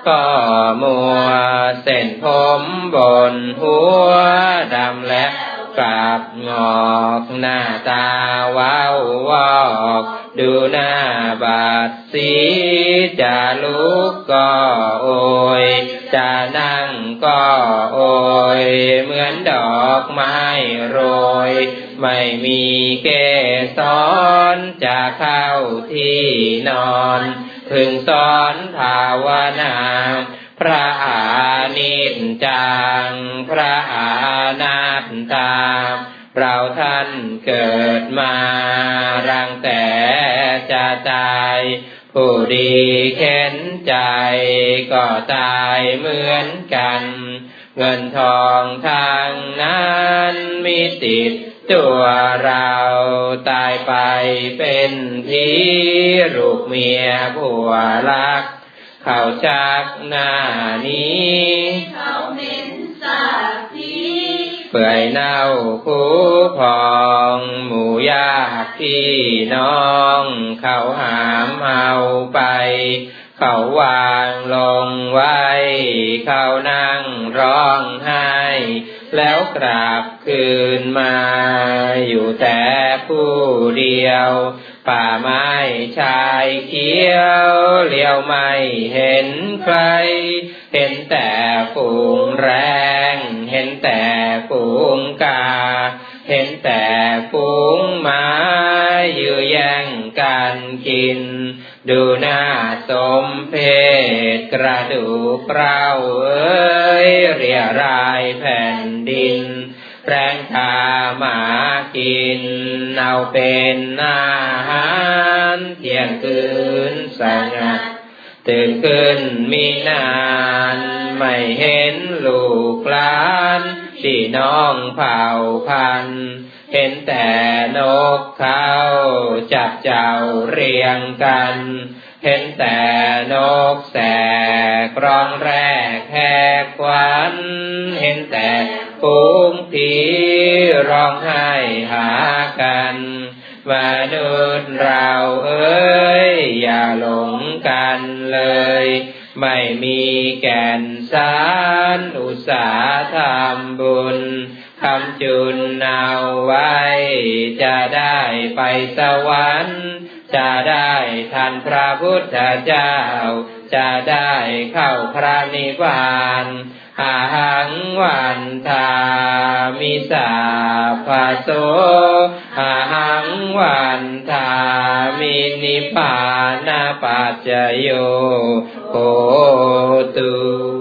ก็มัวเส้นผมบนหัวดำและกลับงอกหน้าตาว้าววอกดูหน้าบาดสีจะลุกก็โอยจะนั่งก็โอยเหมือนดอกไม้โรยไม่มีเกสรจะเข้าที่นอนพึงสอนภาวนาพระอานิจจังพระอานัตตาเราท่านเกิดมารังแต่จะตายผู้ดีเข็นใจก็ตายเหมือนกันเงินทองทางนั้นมีติดตัวเราตายไปเป็นผีลูกเมียผัวรักเขาชักหน้านี้เขาเหม็นสาบผีเปื่อยเน่าคูพองหมู่ญาติพี่น้องเขาหามเอาไปเขาวางลงไว้เขานั่งร้องไห้แล้วกลับคืนมาอยู่แต่ผู้เดียวป่าไม้ชายเขียวเลี้ยวไม่เห็นใครเห็นแต่ฝูงแรงเห็นแต่ฝูงกาเห็นแต่ฝูงหมายื้อแย่งกันกินดูหน้าสมเพชกระดูกเปล่าเอ้ยเรียรายแผ่นดินแรงทาหมากินเอาเป็นอาหารเที่ยงคืนสงัดตื่นขึ้นมีนานไม่เห็นลูกหลานพี่น้องเผ่าพันธุ์เห็นแต่นกเขาจับเจ้าเรียงกันเห็นแต่นกแสกร้องแรกแหกขวัญเห็นแต่ฝูงผีร้องไห้หากันมนุษย์เราเอ้ยอย่าหลงกันเลยไม่มีแก่นสารอุตสาห์ทำบุญคำจุนเอาไว้จะได้ไปสวรรค์จะได้ทันพระพุทธเจ้าจะได้เข้าพระนิพพานอาหังวันทามิสาภาโสอาหังวันทามินิพพานาปัจจโยโหตุ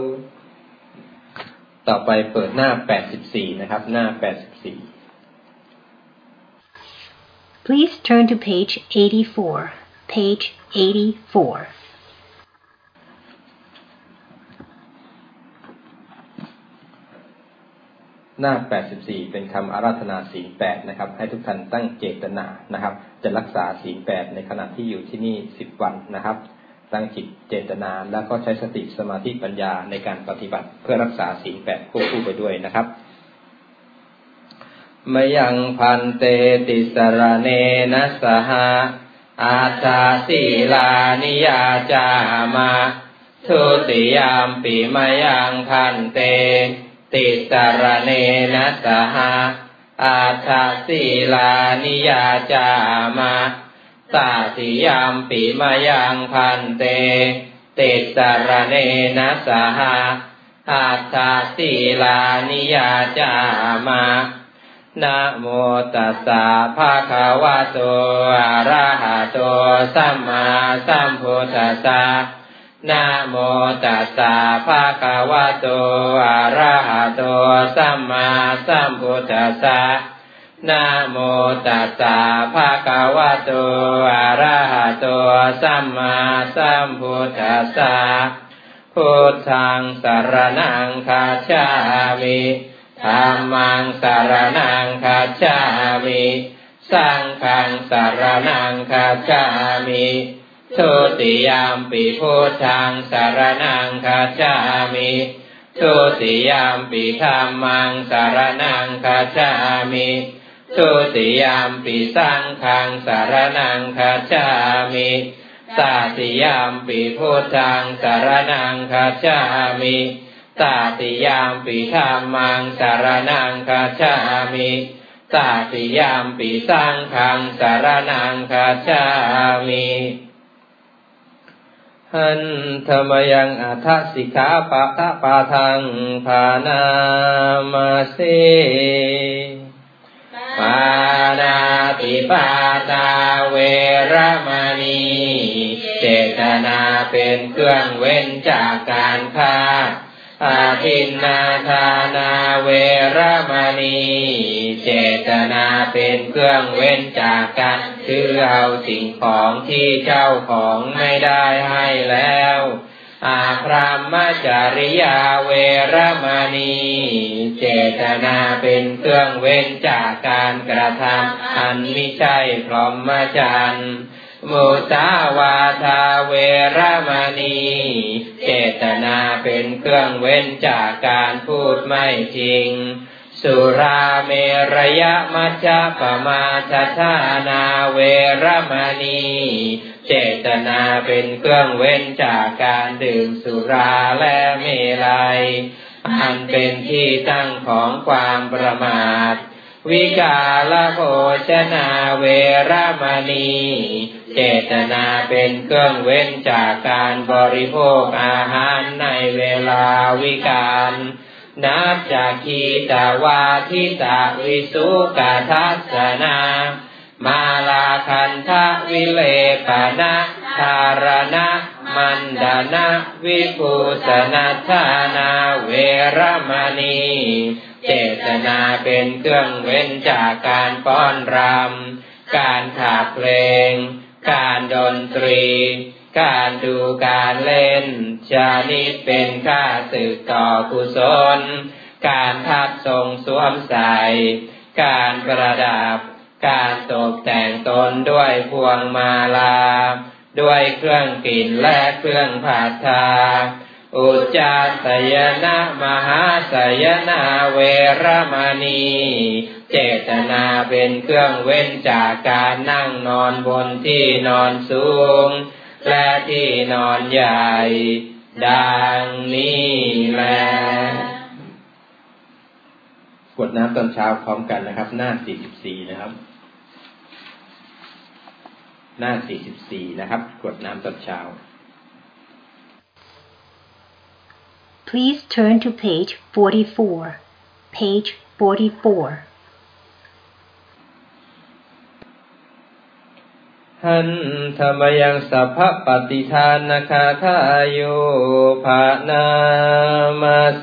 ต่อไปเปิดหน้าแปดสิบสี่นะครับหน้าแปดสิบสี่ Please turn to page eighty-four. Page eighty-four. หน้าแปดสิบสี่เป็นคำอาราธนาศีลแปดนะครับให้ทุกท่านตั้งเจตนานะครับจะรักษาศีลแปดในขณะที่อยู่ที่นี่สิบวันนะครับตั้งจิตเจตนาแล้วก็ใช้สติสมาธิปัญญาในการปฏิบัติเพื่อรักษาศีลแปดควบคู่ไปด้วยนะครับมยังพันเตติสรเนนะสหะอาตาศีลานิยาจามาทุติยามปิมยังพันเตติสรเนนะสหะอาตาศีลานิยาจามาตาติยามปิมยังพันเตติสรเนนะสหะอาตาศีลานิยาจามานะโมตัสสะภะคะวะโตอะระหะโตสัมมาสัมพุทธัสสะนะโมตัสสะภะคะวะโตอะระหะโตสัมมาสัมพุทธัสสะนะโมตัสสะภะคะวะโตอะระหะโตสัมมาสัมพุทธัสสะพุทธังสรณังคัจฉามิธัมมังสรณังคัจฉามิสังฆังสรณังคัจฉามิทุติยามปิพุทธังสรณังคัจฉามิทุติยามปิธัมมังสรณังคัจฉามิทุติยามปิสังฆังสรณังคัจฉามิตาติยามปิพุทธังสรณังคัจฉามิตาติยามปิธัมมังสรณังคัจฉามิตาติยามปิสังฆังสรณังคัจฉามิหันธรรมยังอัฏฐสิกขาปะทะปะทังภานามาเสปานาติปาตาเวรมณีเจตนาเป็นเครื่องเว้นจากการฆ่าอาทินนาทานาเวรมณีเจตนาเป็นเครื่องเว้นจากการถือเอาสิ่งของที่เจ้าของไม่ได้ให้แล้วอาพรหมจริยาเวรมณีเจตนาเป็นเครื่องเว้นจากการกระทำอันมิใช่พรหมจรรย์มุสาวาทาเวรมณีเจตนาเป็นเครื่องเว้นจากการพูดไม่จริงสุราเมรยมัจจปมาทัฏฐานาเวรมณีเจตนาเป็นเครื่องเว้นจากการดื่มสุราและเมลัยอันเป็นที่ตั้งของความประมาทวิกาลโภชนาเวรมณีเจตนาเป็นเครื่องเว้นจากการบริโภคอาหารในเวลาวิกาลนัจจคีตวาทิตาวิสุกทัสสนามาลาคันทะวิเลปนะธารณะมันดานะวิภูสนัชานาเวรมณีเจตนาเป็นเครื่องเว้นจากการฟ้อนรำการขับเพลงการดนตรีการดูการเล่นชานิดเป็นค่าศึกต่อกุศลการทัดทรงสวมใส่การประดับการตกแต่งตนด้วยพวงมาลาด้วยเครื่องกลิ่นและเครื่องผัดทาอุจจาสยนะมหาสยนาเวรมณีเจตนาเป็นเครื่องเว้นจากการนั่งนอนบนที่นอนสูงและที่นอนใหญ่ดังนี้แลกดน้ำตอนเช้าพร้อมกันนะครับหน้าสี่สิบสี่นะครับหน้าสี่สิบสี่นะครับกดน้ำตอนเช้า Please turn to page forty-four. Page forty-four. หันธรรมยังสัพพปฏิทานนาคาทาโยภานามาเส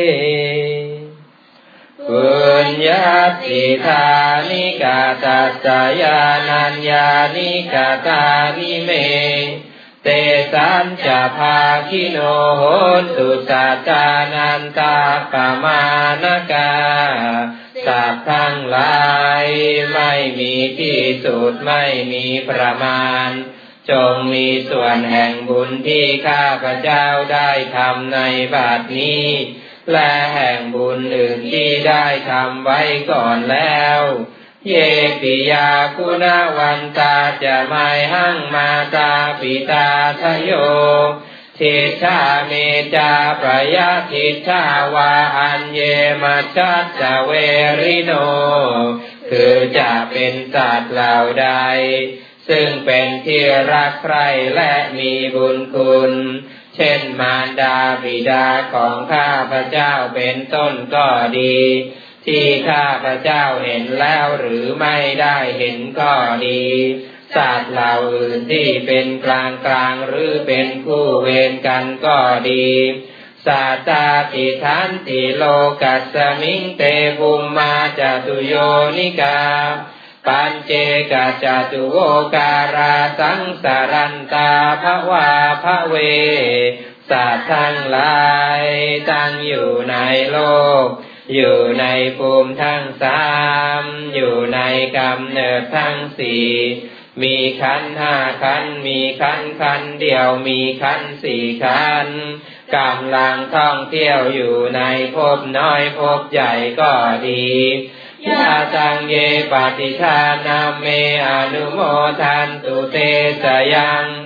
ปุญญาติธานิกาตัสสยานัญญานิกาตานิเมเตสัญจภาคิโนโหนตุสัจจานันตาปมานกาสัตว์ทั้งหลายไม่มีที่สุดไม่มีประมาณจงมีส่วนแห่งบุญที่ข้าพเจ้าได้ทำในบัดนี้และแห่งบุญอื่นที่ได้ทำไว้ก่อนแล้วเยปิยาคุณวันตาจะไม่หั่งมาตาปิตาทโยทิชาเมจาปยาทิชาวาอัญเยมัจจัสสเวริโนคือจะเป็นสัตว์เหล่าใดซึ่งเป็นที่รักใคร่และมีบุญคุณเช่นมารดาบิดาของข้าพเจ้าเป็นต้นก็ดีที่ข้าพเจ้าเห็นแล้วหรือไม่ได้เห็นก็ดีสัตว์เหล่าอื่นที่เป็นกลางกลางหรือเป็นคู่เวรกันก็ดีสัตตาติทันติโลกัสสมิงเตภูมิมาจตุโยนิกาปัญเจกจตุโวการาสังสารันตาภวาภเวสัตว์ทั้งหลายตั้งอยู่ในโลกอยู่ในภูมิทั้งสามอยู่ในกำเนิดทั้งสี่มีขันธ์ห้าขันธ์มีขันธ์ขันธ์เดียวมีขันธ์สี่ขันธ์กำลังท่องเที่ยวอยู่ในภพน้อยภพใหญ่ก็ดียะตังเยปฏิทานาเมอนุโมทันตุเตสยัง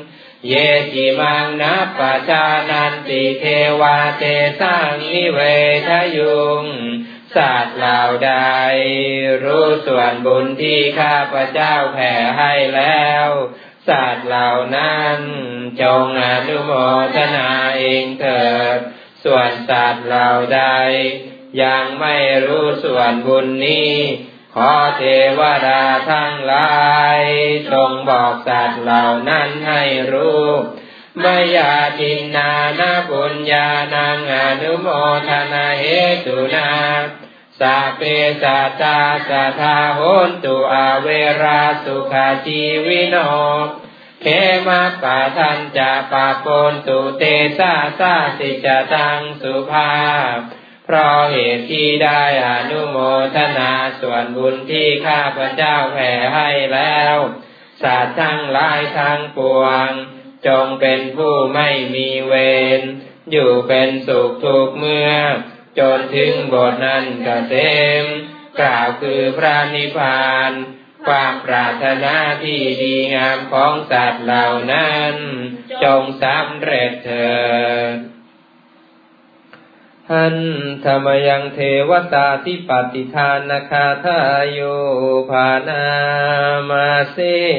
เยจิมังนัปปชานันติเทวาเตสังนิเวทยุงสัตว์เหล่าใดรู้ส่วนบุญที่ข้าพเจ้าแผ่ให้แล้วสัตว์เหล่านั้นจงอนุโมทนาเองเถิดส่วนสัตว์เหล่าใดยังไม่รู้ส่วนบุญนี้ขอเทวดาทั้งหลายจงบอกสัตว์เหล่านั้นให้รู้มยาทินนานาปุญญานังอนุโมทนาเหตุนาสัพเพสัตตาสัทธาโหนตุอาเวราสุขาชีวิโนเขมาปะทันจะปะปนตุเตสาสาสิจตังสุภาเพราะเหตุที่ได้อนุโมทนาส่วนบุญที่ข้าพเจ้าแผ่ให้แล้วสัตว์ทั้งหลายทั้งปวงจงเป็นผู้ไม่มีเวรอยู่เป็นสุขทุกเมื่อจนถึงบทนั้นเกษมกล่าวคือพระนิพพานความปรารถนาที่ดีงามของสัตว์เหล่านั้นจงสำเร็จเถิดหันธรรมยังเทวตาทิปฏิทานนาคาทาโยภานามาเส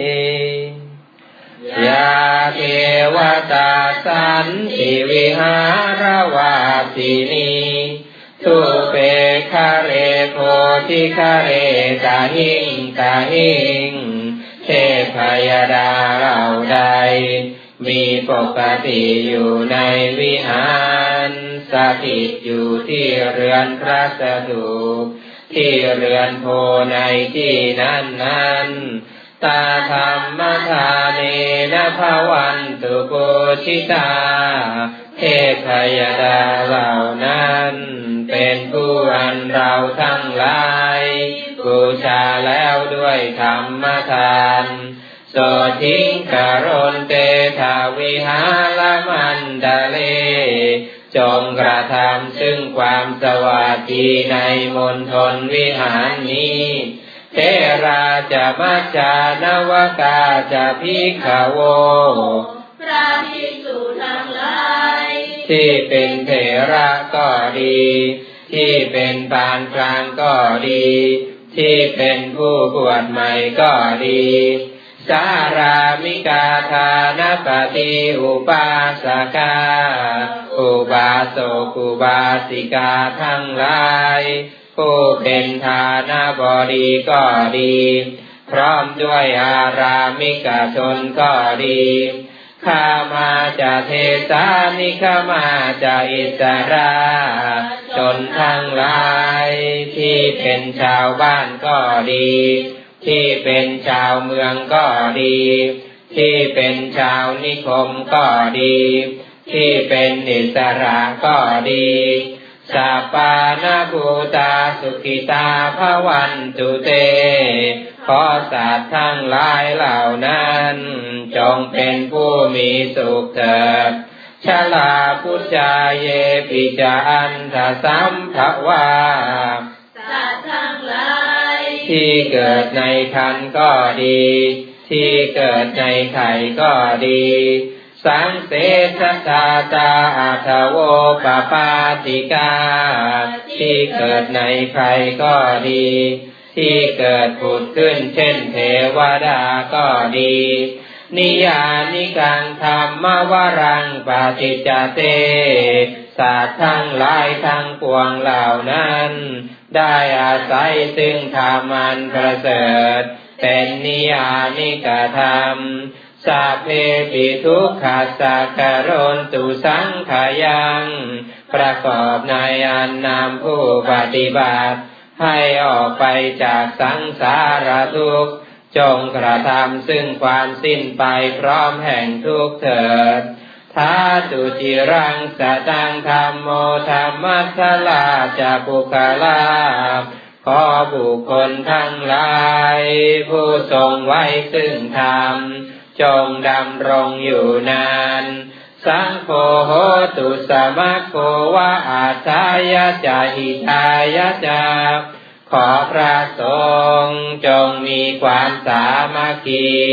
ยาเทวตาสันติวิหารวาสินีทุเปคาเรโพธิคาเรตาหิงตาหิงเทพยดาเหล่าใดมีปกติอยู่ในวิหารสถิตอยู่ที่เรือนพระสถูปที่เรือนโพในที่นั้นนั้นตาธรรมทาเนนะภวันตุปุชิตาเทพยดาเหล่านั้นเป็นผู้อันเราทั้งหลายบูชาแล้วด้วยธรรมทานโสทิงกรณเตทาวิหารมันดาเลจงกระทำซึ่งความสวัสดีในมณฑลวิหารนี้เทราจะมัจจานวกาจะภิกขโวพระภิกษุทั้งหลายที่เป็นเถระก็ดีที่เป็นปานกลางก็ดีที่เป็นผู้บวชใหม่ก็ดีสารามิกาทานปฏิอุปาสกาอุบาสกอุบาสิกาทั้งหลายผู้เป็นทานาบดีก็ดีพร้อมด้วยอารามิกชนก็ดีข้ามาจะเทสานิข้ามาจะอิสราชนทั้งหลายที่เป็นชาวบ้านก็ดีที่เป็นชาวเมืองก็ดีที่เป็นชาวนิคมก็ดีที่เป็นอิสระก็ดีสัพพานาภูตาสุขิตาภวันตุเตขอสัตว์ทั้งหลายเหล่านั้นจงเป็นผู้มีสุขเถิดชลาพุทธาเยปิจาอันทสัมภวาสัตว์ทั้งหลายที่เกิดในครรภ์ก็ดีที่เกิดในไข่ก็ดีสังเสสตาตาอัทโวปปาติกาที่เกิดในใครก็ดีที่เกิดผุดขึ้นเช่นเทวดาก็ดีนิยานิกังธรรมวรังปฏิจจเตสัตว์ทั้งหลายทั้งปวงเหล่านั้นได้อาศัยซึ่งธรรมอันประเสริฐเป็นนิยานิกธรรมสัพเพปิทุกขัสสะกโรนตุสังขายังประกอบในอันนำผู้ปฏิบัติให้ออกไปจากสังสารทุกข์จงกระทำซึ่งความสิ้นไปพร้อมแห่งทุกข์เถิดท้าตุจิรังสตังธัมโมธัมมัสสลาจะปุคลาขอบุคคลทั้งหลายผู้ทรงไว้ซึ่งธรรมจงดำรงอยู่นานสังโฆโหตุสมัคโฆวะอาทายะจาหิตายะจาขอพระสงฆ์จงมีความสามัคคี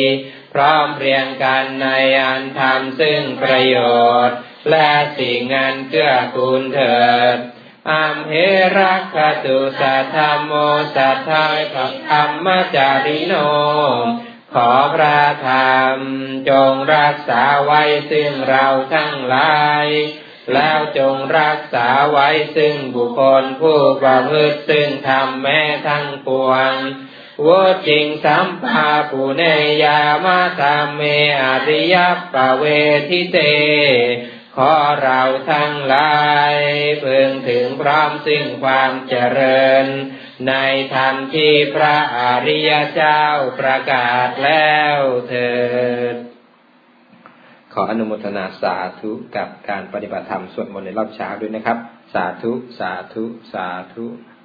พร้อมเพรียงกันในอันทำซึ่งประโยชน์และสิ่งอันเกื้อกูลเถิดอัมเหรักขตุสัทธโมสัทธายพระธรรมจาริโนขอพระธรรมจงรักษาไว้ซึ่งเราทั้งหลายแล้วจงรักษาไว้ซึ่งบุคคลผู้ประพฤติซึ่งธรรมแม้ทั้งปวงโวจิงสัมภาปุเนยามาตาเมอริยปะเวทิเตขอเราทั้งหลายพึงถึงพร้อมซึ่งความเจริญในธรรมที่พระอริยเจ้าประกาศแล้วเถิดขออนุโมทนาสาธุกับการปฏิบัติธรรมสวดมนต์ในรอบเช้าด้วยนะครับสาธุสาธุสาธุ